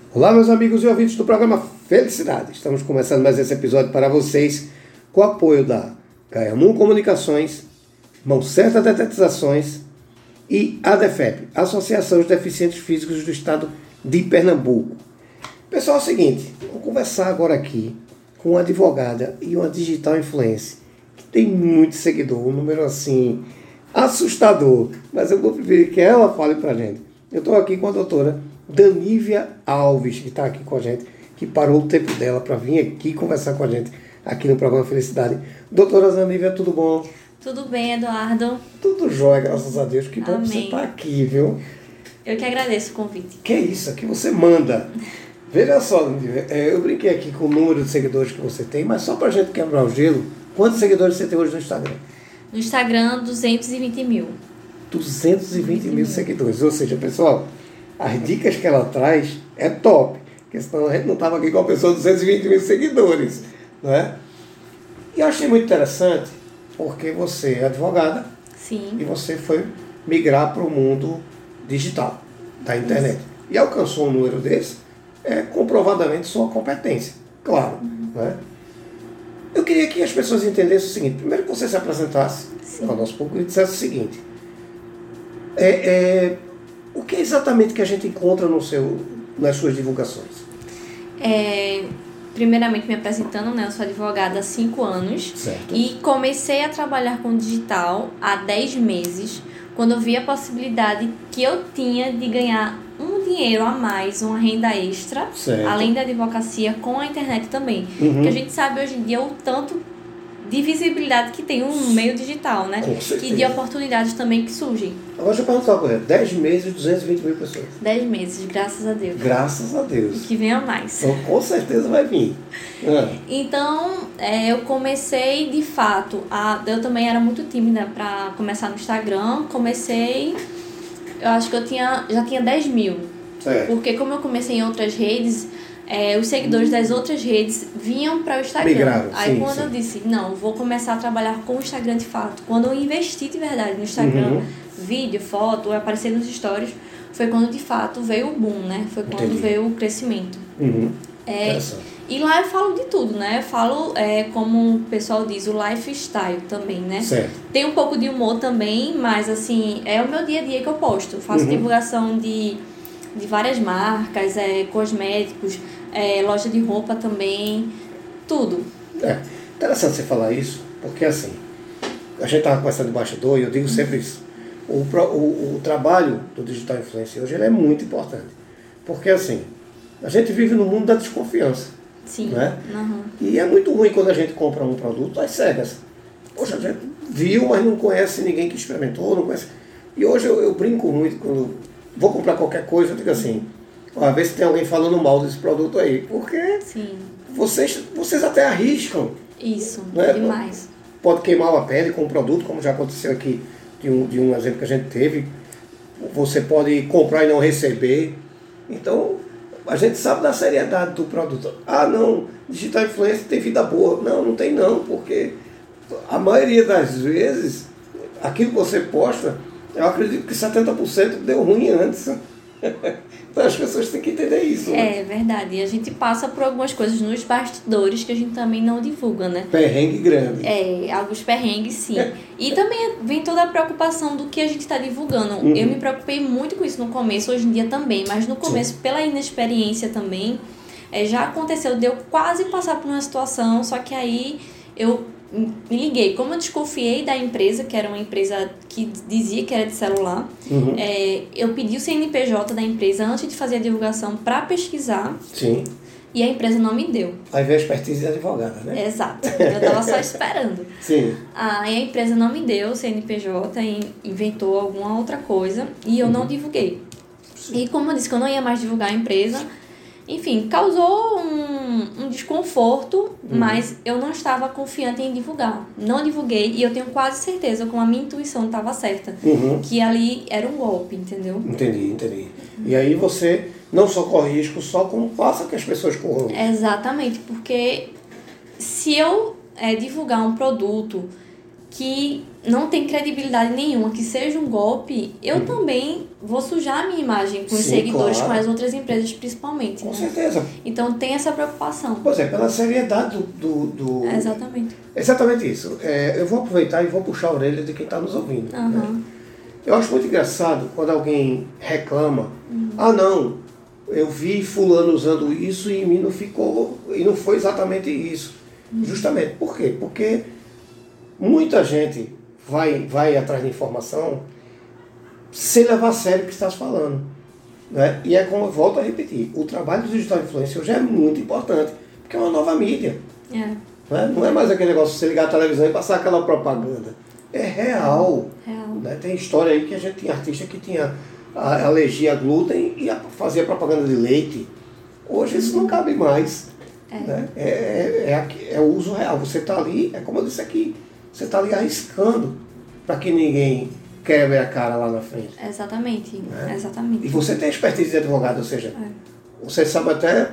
Olá, meus amigos e ouvintes do programa Felicidade. Estamos começando mais esse episódio para vocês com o apoio da Gaiamun Comunicações, Mão Certa Detetizações e a ADEFEP, Associação dos Deficientes Físicos do Estado de Pernambuco. Pessoal, é o seguinte, vou conversar agora aqui com uma advogada e uma digital influencer que tem muito seguidor, um número assim assustador, mas eu vou preferir que ela fale para a gente. Eu estou aqui com a doutora Danívia Alves, que está aqui com a gente, que parou o tempo dela para vir aqui conversar com a gente aqui no programa Felicidade. Doutora Danívia, tudo bom? Tudo bem, Eduardo? Tudo jóia, graças a Deus. Que bom Amém. que você está aqui, viu? Eu que agradeço o convite. Que isso, aqui você manda. Veja só, Danívia, eu brinquei aqui com o número de seguidores que você tem, mas só para a gente quebrar o gelo, quantos seguidores você tem hoje no Instagram? No Instagram, 220 mil. 220 mil seguidores. Ou seja, pessoal, as dicas que ela traz é top. Porque senão a gente não estava aqui com uma pessoa de 220 mil seguidores. Não é? E eu achei muito interessante porque você é advogada. Sim. E você foi migrar para o mundo digital, da internet. Isso. E alcançou um número desse, comprovadamente sua competência. Claro. Não é? Eu queria que as pessoas entendessem o seguinte. Primeiro que você se apresentasse ao nosso público e dissesse o seguinte. O que é exatamente que a gente encontra nas suas divulgações? Primeiramente me apresentando, né? Eu sou advogada há 5 anos. Certo. E comecei a trabalhar com digital há 10 meses, quando eu vi a possibilidade que eu tinha de ganhar um dinheiro a mais, uma renda extra, certo, além da advocacia, com a internet também. Uhum. Porque a gente sabe hoje em dia o tanto de visibilidade que tem um meio digital, né? Com certeza. E de oportunidades também que surgem. Agora deixa eu perguntar uma coisa. 10 meses, 220 mil pessoas. 10 meses, graças a Deus. Graças a Deus. Que venha mais. Então, com certeza vai vir. Então, eu comecei, de fato, eu também era muito tímida para começar no Instagram. Eu acho que já tinha 10 mil. Certo. Porque como eu comecei em outras redes, os seguidores das outras redes vinham para o Instagram. Migraram, Aí sim, quando sim. eu disse, não, vou começar a trabalhar com o Instagram de fato. Quando eu investi de verdade no Instagram, vídeo, foto, aparecer nos stories, foi quando de fato veio o boom, né? Foi quando Entendi. veio o crescimento. Interessante. E lá eu falo de tudo, né? Eu falo, como o pessoal diz, o lifestyle também, né? Certo. Tem um pouco de humor também, mas assim, é o meu dia a dia que eu posto. Eu faço divulgação de várias marcas, cosméticos, loja de roupa também, tudo. Interessante você falar isso, porque assim, a gente estava conversando de bastidor e eu digo sempre isso. O trabalho do digital influencer hoje ele é muito importante. Porque assim, a gente vive no mundo da desconfiança. Sim. Né? Uhum. E é muito ruim quando a gente compra um produto às cegas. Poxa, a gente viu, mas não conhece ninguém que experimentou, não conhece. E hoje eu brinco muito quando vou comprar qualquer coisa, eu digo assim, às vezes tem alguém falando mal desse produto aí, porque Sim. Vocês até arriscam. Isso, né? demais. Pode queimar a pele com o produto, como já aconteceu aqui de um exemplo que a gente teve. Você pode comprar e não receber. Então, a gente sabe da seriedade do produto. Ah, não, digital influencer tem vida boa. Não, não tem não, porque a maioria das vezes, aquilo que você posta, eu acredito que 70% deu ruim antes. Então as pessoas têm que entender isso. Né? É verdade. E a gente passa por algumas coisas nos bastidores que a gente também não divulga, né? Perrengue grande. Alguns perrengues, sim. E também vem toda a preocupação do que a gente está divulgando. Eu me preocupei muito com isso no começo, hoje em dia também, mas no começo, pela inexperiência também, já aconteceu de eu quase passar por uma situação, só que aí eu me liguei. Como eu desconfiei da empresa, que era uma empresa que dizia que era de celular, eu pedi o CNPJ da empresa antes de fazer a divulgação para pesquisar. Sim. E a empresa não me deu. Aí veio a expertise de advogada, né? Exato. Eu tava só esperando. Sim. Aí a empresa não me deu o CNPJ e inventou alguma outra coisa e eu não divulguei. Sim. E como eu disse que eu não ia mais divulgar a empresa, enfim, causou um desconforto, mas eu não estava confiante em divulgar. Não divulguei e eu tenho quase certeza, como a minha intuição estava certa, que ali era um golpe, entendeu? Entendi. E aí você não só corre risco, só como passa que as pessoas corram. Exatamente, porque se eu divulgar um produto que não tem credibilidade nenhuma, que seja um golpe, eu também vou sujar a minha imagem com os seguidores, claro. com as outras empresas principalmente. Com né? certeza. Então tem essa preocupação. Pois é, pela seriedade do... Exatamente. Exatamente isso. Eu vou aproveitar e vou puxar a orelha de quem está nos ouvindo. Uhum. Né? Eu acho muito engraçado quando alguém reclama, ah não, eu vi fulano usando isso e em mim não ficou, e não foi exatamente isso. Justamente. Por quê? Porque muita gente vai atrás de informação sem levar a sério o que está se falando. Né? E é como eu volto a repetir, o trabalho do digital influencer hoje é muito importante, porque é uma nova mídia. Né? Não é mais aquele negócio de você ligar a televisão e passar aquela propaganda. É real. Né? Tem história aí que a gente tinha artista que tinha alergia a glúten e fazia propaganda de leite. Hoje isso não cabe mais. Né? É o uso real. Você está ali, é como eu disse aqui, você está ali arriscando para que ninguém quebre a cara lá na frente. Exatamente. Né? Exatamente. E você tem expertise de advogado, ou seja, você sabe até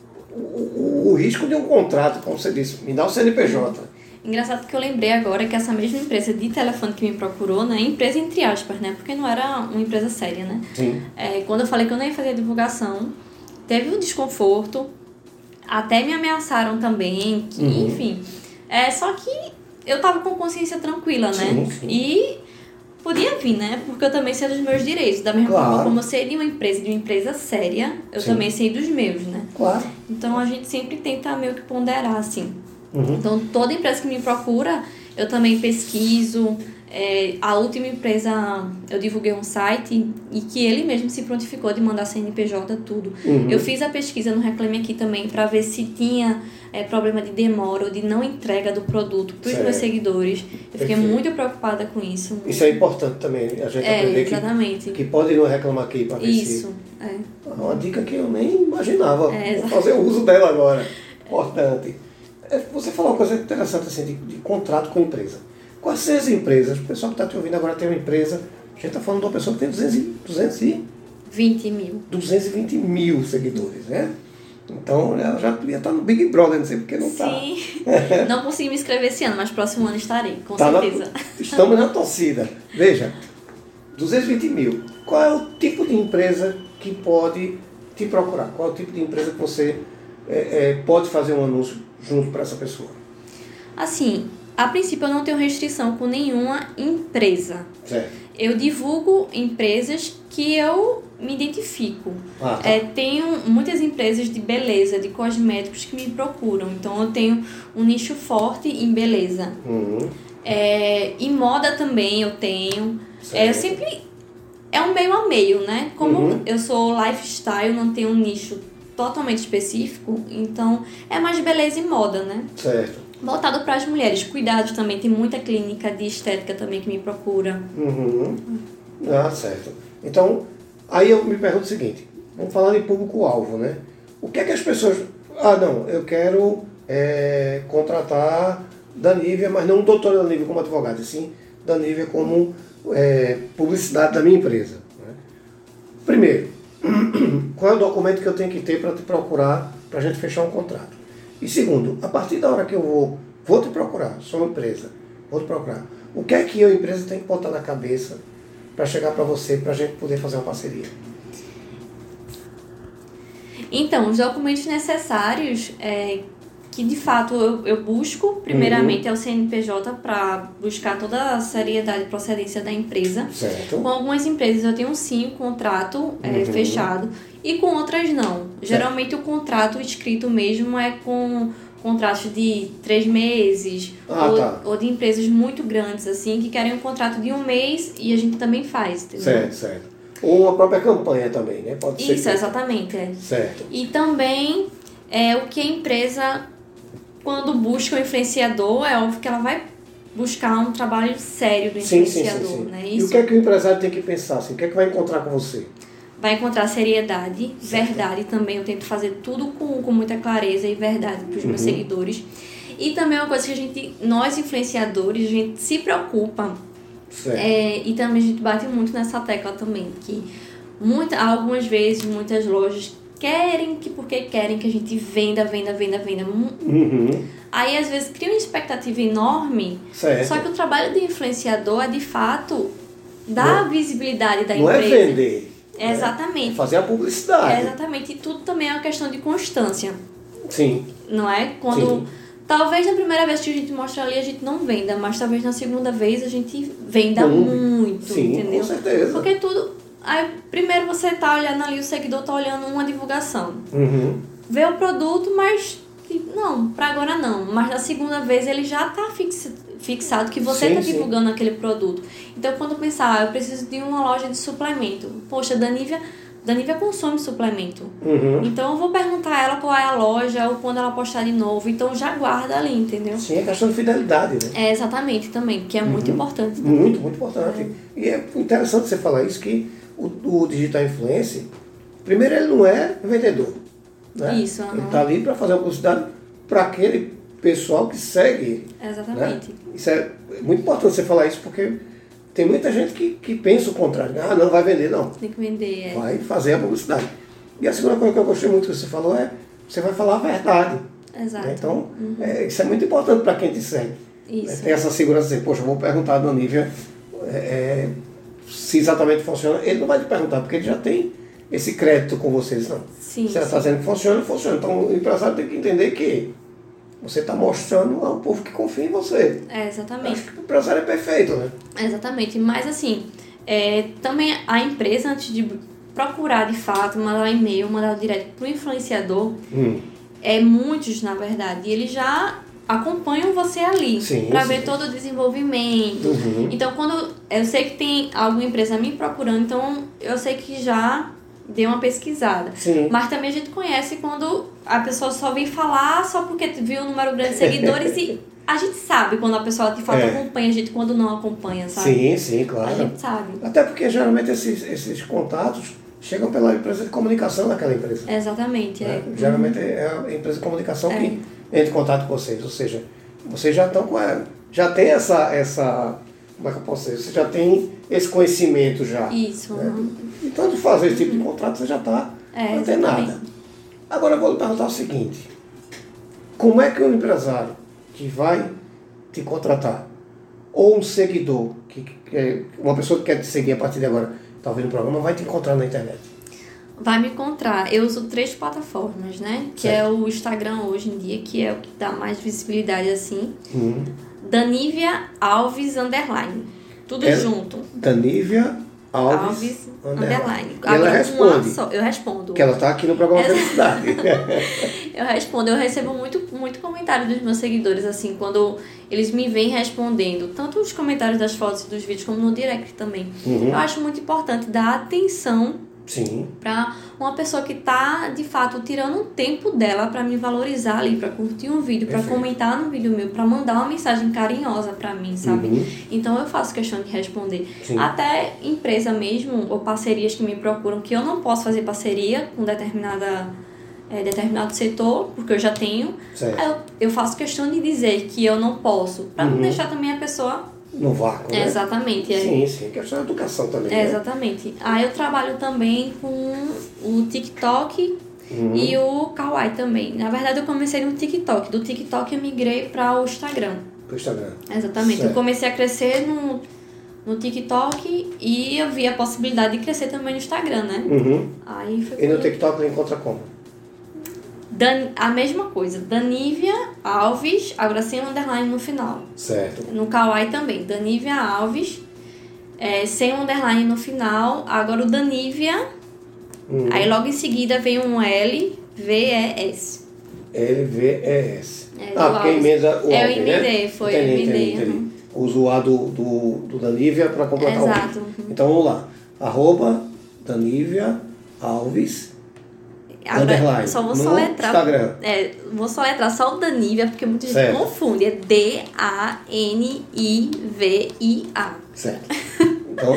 o risco de um contrato, como você disse, me dá o CNPJ. Engraçado que eu lembrei agora que essa mesma empresa de telefone que me procurou, né, empresa entre aspas, né, porque não era uma empresa séria, né? Sim. Quando eu falei que eu não ia fazer divulgação, teve um desconforto, até me ameaçaram também, enfim. Só que eu tava com consciência tranquila, né? Sim. E podia vir, né? Porque eu também sei dos meus direitos. Da mesma forma como eu sei de uma empresa séria, eu também sei dos meus, né? Claro. Então a gente sempre tenta meio que ponderar, assim. Então toda empresa que me procura, eu também pesquiso. A última empresa, eu divulguei um site e que ele mesmo se prontificou de mandar CNPJ, tudo. Eu fiz a pesquisa no Reclame Aqui também para ver se tinha problema de demora ou de não entrega do produto para os meus seguidores. Eu fiquei muito preocupada com isso. Isso é importante também, a gente aprender exatamente. que pode ir no Reclame Aqui para ver isso, se... É uma dica que eu nem imaginava. Vou fazer uso dela agora. Importante. Você falou uma coisa interessante assim, de contrato com a empresa. Quais são as empresas? O pessoal que está te ouvindo agora tem uma empresa, a gente está falando de uma pessoa que tem 220 mil seguidores, né? Então ela já podia estar no Big Brother, não sei porque não está. Sim, não consegui me inscrever esse ano, mas próximo ano estarei, com certeza. Estamos na torcida. Veja, 220 mil. Qual é o tipo de empresa que pode te procurar? Qual é o tipo de empresa que você pode fazer um anúncio junto para essa pessoa? Assim, a princípio eu não tenho restrição com nenhuma empresa. Certo. Eu divulgo empresas que eu me identifico. Tá. Tenho muitas empresas de beleza, de cosméticos que me procuram. Então eu tenho um nicho forte em beleza. Em moda também eu tenho. Eu sempre... É um meio a meio, né? Como eu sou lifestyle, não tenho um nicho totalmente específico, então é mais beleza e moda, né? Certo. Voltado para as mulheres. Cuidados também, tem muita clínica de estética também que me procura. Certo. Então, aí eu me pergunto o seguinte, vamos falar de público-alvo, né? O que é que as pessoas... não, eu quero contratar Danívia, mas não o doutor Danívia como advogado, sim Danívia como publicidade da minha empresa. Né? Primeiro, qual é o documento que eu tenho que ter para te procurar, para a gente fechar um contrato? E segundo, a partir da hora que eu vou te procurar, sou uma empresa, vou te procurar, o que é que eu, empresa, tenho que botar na cabeça para chegar para você, para a gente poder fazer uma parceria? Então, os documentos necessários que de fato eu busco, primeiramente é o CNPJ para buscar toda a seriedade e procedência da empresa. Certo. Com algumas empresas eu tenho sim um contrato fechado e com outras não. Geralmente o contrato escrito mesmo é com contratos de 3 meses ou de empresas muito grandes assim que querem um contrato de 1 mês e a gente também faz, entendeu? Certo. Ou uma própria campanha também, né? Pode ser. Isso, exatamente. Certo. E também o que a empresa, quando busca um influenciador, é óbvio que ela vai buscar um trabalho sério do influenciador. Sim. Né? E o que é que o empresário tem que pensar? Assim? O que é que vai encontrar com você? Vai encontrar seriedade, verdade também. Eu tento fazer tudo com muita clareza e verdade para os meus seguidores. E também uma coisa que nós influenciadores, a gente se preocupa. E também a gente bate muito nessa tecla também, que algumas vezes, muitas lojas querem porque querem que a gente venda. Aí, às vezes, cria uma expectativa enorme. Certo. Só que o trabalho do influenciador é, de fato, dar a visibilidade da não empresa. Não é vender. Exatamente. É fazer a publicidade. Exatamente. E tudo também é uma questão de constância. Sim. Não é? Quando... Sim. Talvez na primeira vez que a gente mostra ali a gente não venda, mas talvez na segunda vez a gente venda muito, sim, entendeu? Com certeza. Porque tudo... Aí, primeiro você tá olhando ali, o seguidor tá olhando uma divulgação. Vê o produto, mas... Não, pra agora não. Mas na segunda vez ele já tá fixado que você tá divulgando aquele produto. Então, quando pensar, eu preciso de uma loja de suplemento. Poxa, Danívia consome suplemento. Então eu vou perguntar a ela qual é a loja ou quando ela postar de novo. Então já guarda ali, entendeu? Sim, é questão de fidelidade, né? É, exatamente, também, que é muito importante. Muito importante. E é interessante você falar isso, que o digital influencer, primeiro ele não é vendedor. Né? Isso. Ele está ali para fazer uma publicidade para aquele pessoal que segue ele. Exatamente. Né? Isso é muito importante você falar isso, porque tem muita gente que pensa o contrário. Ah, não vai vender, não. Tem que vender, Vai fazer a publicidade. E a segunda coisa que eu gostei muito que você falou é você vai falar a verdade. Exato. Né? Então, isso é muito importante para quem te segue. Isso. Né? Tem essa segurança de dizer, poxa, eu vou perguntar a Danívia se exatamente funciona. Ele não vai te perguntar, porque ele já tem esse crédito com vocês, não. Sim, se ela está dizendo que funciona, funciona. Então, o empresário tem que entender que você está mostrando ao povo que confia em você. Exatamente. Acho que o empresário é perfeito, né? Exatamente. Mas, assim, também a empresa, antes de procurar, de fato, mandar um e-mail, mandar direto para o influenciador, muitos, na verdade, eles já acompanham você ali para ver todo o desenvolvimento. Então, quando eu sei que tem alguma empresa me procurando, então eu sei que já deu uma pesquisada. Mas também a gente conhece quando a pessoa só vem falar só porque viu um número grande de seguidores e a gente sabe quando a pessoa de fato acompanha a gente, quando não acompanha, sabe? Sim, claro. A gente sabe. Até porque geralmente esses contatos chegam pela empresa de comunicação daquela empresa. Exatamente. Né? Geralmente é a empresa de comunicação que entra em contato com vocês. Ou seja, vocês já estão com já tem essa como é que eu posso dizer? Você já tem esse conhecimento já. Isso. Né? Então, de fazer esse tipo de contrato, você já está antenada. Agora, eu vou lhe perguntar o seguinte. Como é que um empresário que vai te contratar, ou um seguidor, uma pessoa que quer te seguir a partir de agora, está ouvindo o programa, vai te encontrar na internet? Vai me encontrar. Eu uso 3 plataformas, né? Que é o Instagram hoje em dia, que é o que dá mais visibilidade assim. Danívia Alves _. Tudo junto. Danívia Alves _. E ela responde. Eu respondo. Porque ela está aqui no programa Felicidade. Eu respondo. Eu recebo muito comentário dos meus seguidores, assim, quando eles me vêm respondendo, tanto os comentários das fotos e dos vídeos, como no direct também. Eu acho muito importante dar atenção para uma pessoa que está, de fato, tirando um tempo dela para me valorizar ali, para curtir um vídeo, para comentar no vídeo meu, para mandar uma mensagem carinhosa para mim, sabe? Então eu faço questão de responder. Até empresa mesmo, ou parcerias que me procuram, que eu não posso fazer parceria com determinado setor, porque eu já tenho. Eu faço questão de dizer que eu não posso, para não deixar também a pessoa no vácuo, né? Exatamente. Sim, questão de educação também. Né? Exatamente. Aí eu trabalho também com o TikTok e o Kawaii também. Na verdade, eu comecei no TikTok. Do TikTok eu migrei para o Instagram. Para o Instagram. Exatamente. Eu comecei a crescer no TikTok e eu vi a possibilidade de crescer também no Instagram, né? Aí foi e no TikTok ele encontra como? A mesma coisa, Danívia Alves, agora sem underline no final. Certo. No Kawaii também, Danívia Alves, sem underline no final. Agora o Danívia, aí logo em seguida vem um LVES. LVES. Porque emenda o Alves, né? Foi o MD. Entendi. Uso o A do Danívia para completar o Exato. Então vamos lá. @Danívia Alves. Agora, só vou soletrar. Instagram. Vou soletrar só o Danívia, porque muita gente confunde. É DANIVIA. Certo. Então,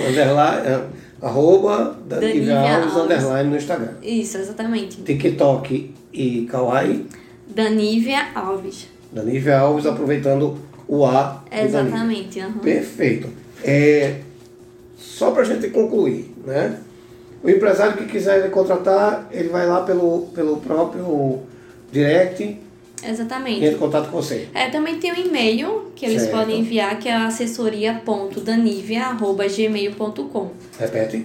@Danívia Alves _ no Instagram. Isso, exatamente. TikTok e Kawaii. Danívia Alves. Danívia Alves, aproveitando o A. Exatamente. Perfeito. Só para a gente concluir, né? O empresário que quiser contratar, ele vai lá pelo próprio direct. Exatamente. E entra em contato com você. Também tem um e-mail que eles podem enviar, que é assessoria.danivia@gmail.com. Repete.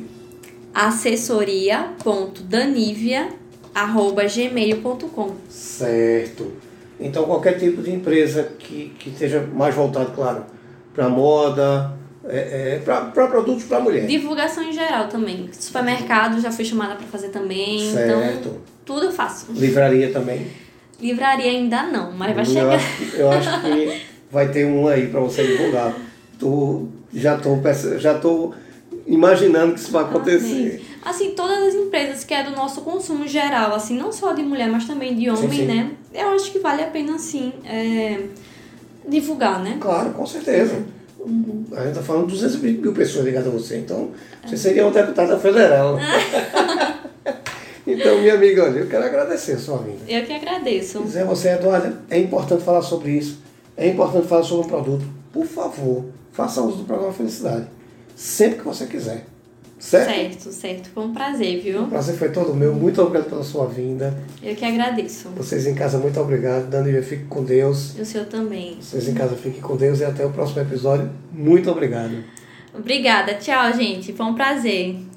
assessoria.danivia@gmail.com. Certo. Então, qualquer tipo de empresa que esteja mais voltado, claro, para moda, para produtos para mulher. Divulgação em geral também. Supermercado já fui chamada para fazer também. Certo. Então, tudo eu faço. Livraria também. Livraria ainda não, mas vai chegar. Eu acho que vai ter um aí para você divulgar. Já tô imaginando que isso vai acontecer. Assim, todas as empresas que é do nosso consumo geral, assim, não só de mulher, mas também de homem, sim. né? Eu acho que vale a pena, sim, divulgar, né? Claro, com certeza. A gente está falando de 220 mil pessoas ligadas a você, então você seria uma deputada federal. Então, minha amiga, olha, eu quero agradecer a sua vinda. Eu que agradeço. Dizer a você, Eduarda, é importante falar sobre isso, é importante falar sobre um produto. Por favor, faça uso do programa Felicidade, sempre que você quiser. Certo? Certo. Foi um prazer, viu? O prazer foi todo meu. Muito obrigado pela sua vinda. Eu que agradeço. Vocês em casa, muito obrigado. Danívia, fique com Deus. E o senhor também. Vocês em casa, fiquem com Deus e até o próximo episódio. Muito obrigado. Obrigada. Tchau, gente. Foi um prazer.